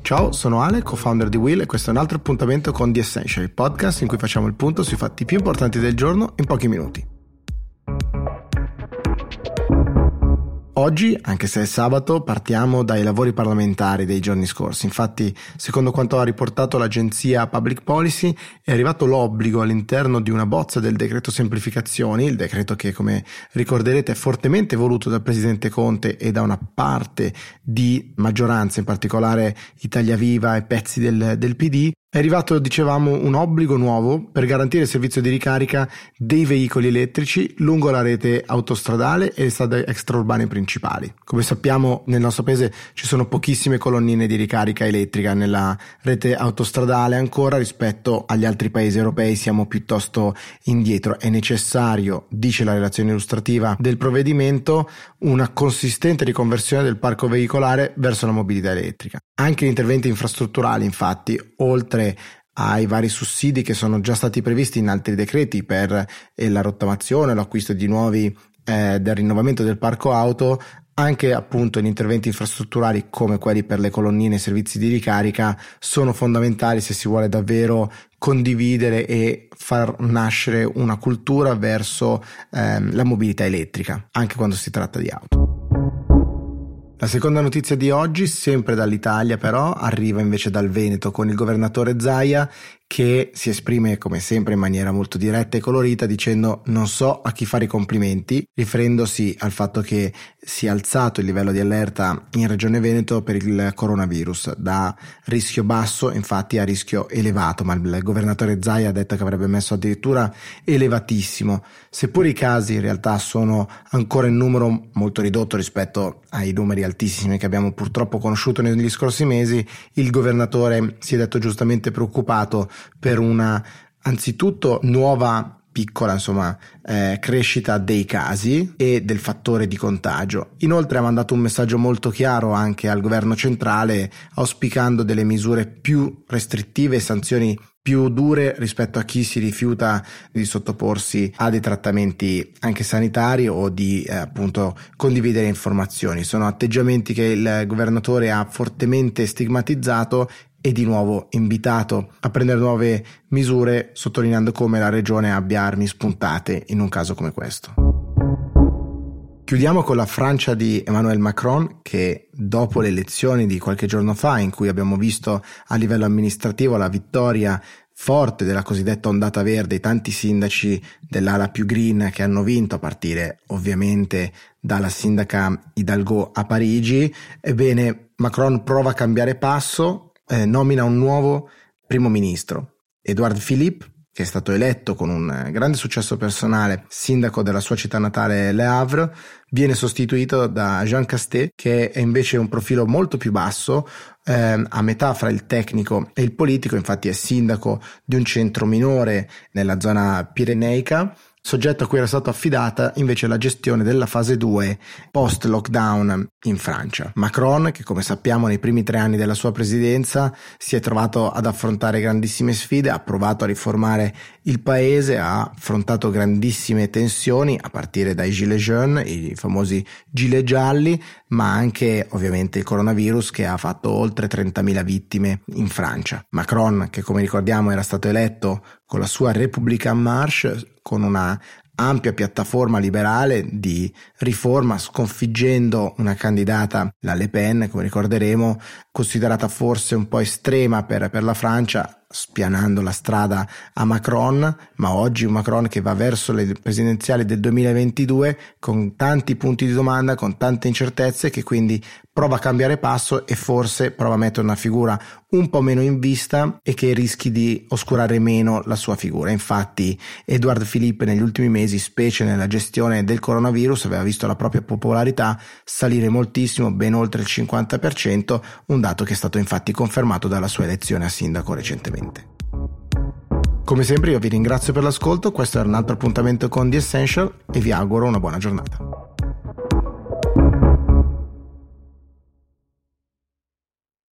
Ciao, sono Ale, co-founder di Will, e questo è un altro appuntamento con The Essential, il podcast in cui facciamo il punto sui fatti più importanti del giorno in pochi minuti. Oggi, anche se è sabato, partiamo dai lavori parlamentari dei giorni scorsi. Infatti, secondo quanto ha riportato l'agenzia Public Policy, è arrivato l'obbligo all'interno di una bozza del decreto semplificazioni, il decreto che, come ricorderete, è fortemente voluto dal presidente Conte e da una parte di maggioranza, in particolare Italia Viva e pezzi del PD. È arrivato, dicevamo, un obbligo nuovo per garantire il servizio di ricarica dei veicoli elettrici lungo la rete autostradale e le strade extraurbane principali. Come sappiamo, nel nostro paese ci sono pochissime colonnine di ricarica elettrica nella rete autostradale ancora. Rispetto agli altri paesi europei siamo piuttosto indietro. È necessario, dice la relazione illustrativa del provvedimento, una consistente riconversione del parco veicolare verso la mobilità elettrica. Anche gli interventi infrastrutturali, infatti, oltre ai vari sussidi che sono già stati previsti in altri decreti per la rottamazione, l'acquisto di nuovi del rinnovamento del parco auto, anche appunto gli interventi infrastrutturali come quelli per le colonnine e servizi di ricarica sono fondamentali se si vuole davvero condividere e far nascere una cultura verso la mobilità elettrica, anche quando si tratta di auto. La seconda notizia di oggi, sempre dall'Italia però, arriva invece dal Veneto con il governatore Zaia, che si esprime come sempre in maniera molto diretta e colorita dicendo non so a chi fare i complimenti, riferendosi al fatto che si è alzato il livello di allerta in Regione Veneto per il coronavirus, da rischio basso infatti a rischio elevato, ma il governatore Zaia ha detto che avrebbe messo addirittura elevatissimo, seppur i casi in realtà sono ancora in numero molto ridotto rispetto ai numeri altissimi che abbiamo purtroppo conosciuto negli scorsi mesi. Il governatore si è detto giustamente preoccupato per una anzitutto nuova piccola crescita dei casi e del fattore di contagio. Inoltre ha mandato un messaggio molto chiaro anche al governo centrale, auspicando delle misure più restrittive e sanzioni più dure rispetto a chi si rifiuta di sottoporsi a dei trattamenti anche sanitari o di appunto condividere informazioni. Sono atteggiamenti che il governatore ha fortemente stigmatizzato e di nuovo invitato a prendere nuove misure, sottolineando come la regione abbia armi spuntate in un caso come questo. Chiudiamo con la Francia di Emmanuel Macron, che dopo le elezioni di qualche giorno fa, in cui abbiamo visto a livello amministrativo la vittoria forte della cosiddetta ondata verde, i tanti sindaci dell'ala più green che hanno vinto, a partire ovviamente dalla sindaca Hidalgo a Parigi, ebbene Macron prova a cambiare passo, nomina un nuovo primo ministro, Édouard Philippe, che è stato eletto con un grande successo personale sindaco della sua città natale Le Havre. Viene sostituito da Jean Castex, che è invece un profilo molto più basso, a metà fra il tecnico e il politico. Infatti è sindaco di un centro minore nella zona pireneica, soggetto a cui era stata affidata invece la gestione della fase 2 post-lockdown in Francia. Macron, che come sappiamo nei primi 3 anni della sua presidenza si è trovato ad affrontare grandissime sfide, ha provato a riformare il paese, ha affrontato grandissime tensioni a partire dai gilets jaunes, i famosi gilet gialli, ma anche ovviamente il coronavirus che ha fatto oltre 30.000 vittime in Francia. Macron, che come ricordiamo era stato eletto con la sua République en Marche, con una ampia piattaforma liberale di riforma, sconfiggendo una candidata, la Le Pen, come ricorderemo, considerata forse un po' estrema per la Francia, spianando la strada a Macron, ma oggi un Macron che va verso le presidenziali del 2022 con tanti punti di domanda, con tante incertezze, che quindi prova a cambiare passo e forse prova a mettere una figura un po' meno in vista e che rischi di oscurare meno la sua figura. Infatti Édouard Philippe negli ultimi mesi, specie nella gestione del coronavirus, aveva visto la propria popolarità salire moltissimo, ben oltre il 50%, un dato che è stato infatti confermato dalla sua elezione a sindaco recentemente. Come sempre io vi ringrazio per l'ascolto, questo era un altro appuntamento con The Essential e vi auguro una buona giornata.